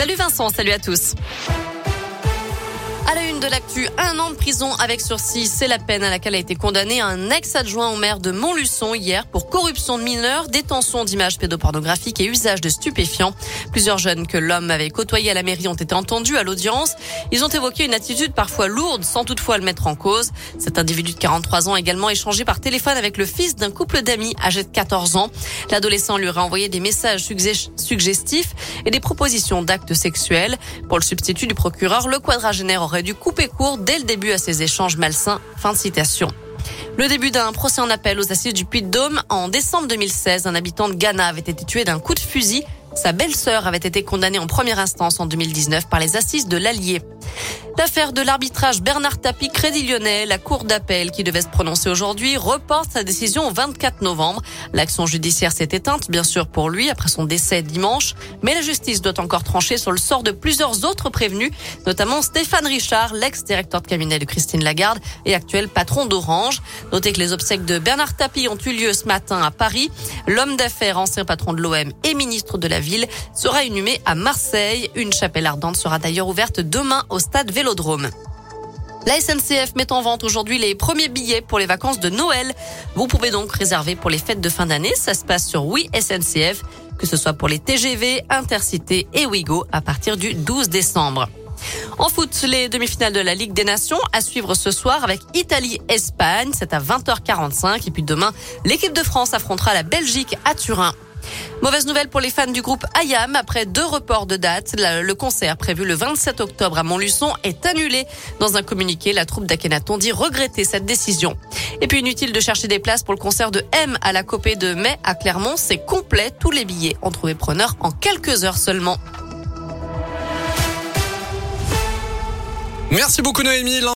Salut Vincent, salut à tous. À la une de l'actu, 1 an de prison avec sursis, c'est la peine à laquelle a été condamné un ex-adjoint au maire de Montluçon hier pour corruption de mineurs, détention d'images pédopornographiques et usage de stupéfiants. Plusieurs jeunes que l'homme avait côtoyés à la mairie ont été entendus à l'audience. Ils ont évoqué une attitude parfois lourde sans toutefois le mettre en cause. Cet individu de 43 ans a également échangé par téléphone avec le fils d'un couple d'amis âgé de 14 ans. L'adolescent lui aurait envoyé des messages suggestifs et des propositions d'actes sexuels. Pour le substitut du procureur, le quadragénaire aurait dû couper court dès le début à ces échanges malsains. Fin de citation. Le début d'un procès en appel aux assises du Puy-de-Dôme. En décembre 2016, un habitant de Ghana avait été tué d'un coup de fusil. Sa belle-sœur avait été condamnée en première instance en 2019 par les assises de l'Allier. L'affaire de l'arbitrage Bernard Tapie Crédit Lyonnais, la cour d'appel qui devait se prononcer aujourd'hui reporte sa décision au 24 novembre. L'action judiciaire s'est éteinte, bien sûr pour lui, après son décès dimanche. Mais la justice doit encore trancher sur le sort de plusieurs autres prévenus, notamment Stéphane Richard, l'ex-directeur de cabinet de Christine Lagarde et actuel patron d'Orange. Notez que les obsèques de Bernard Tapie ont eu lieu ce matin à Paris. L'homme d'affaires, ancien patron de l'OM et ministre de la Ville, sera inhumé à Marseille. Une chapelle ardente sera d'ailleurs ouverte demain au stade Vélodrome. La SNCF met en vente aujourd'hui les premiers billets pour les vacances de Noël. Vous pouvez donc réserver pour les fêtes de fin d'année. Ça se passe sur Oui SNCF, que ce soit pour les TGV, Intercité et Ouigo à partir du 12 décembre. En foot, les demi-finales de la Ligue des Nations à suivre ce soir avec Italie-Espagne. C'est à 20h45. Et puis demain, l'équipe de France affrontera la Belgique à Turin. Mauvaise nouvelle pour les fans du groupe IAM. Après 2 reports de date, le concert prévu le 27 octobre à Montluçon est annulé. Dans un communiqué, la troupe d'Akhenaton dit regretter cette décision. Et puis inutile de chercher des places pour le concert de M à la Copée de mai à Clermont. C'est complet. Tous les billets ont trouvé preneur en quelques heures seulement. Merci beaucoup Noémie.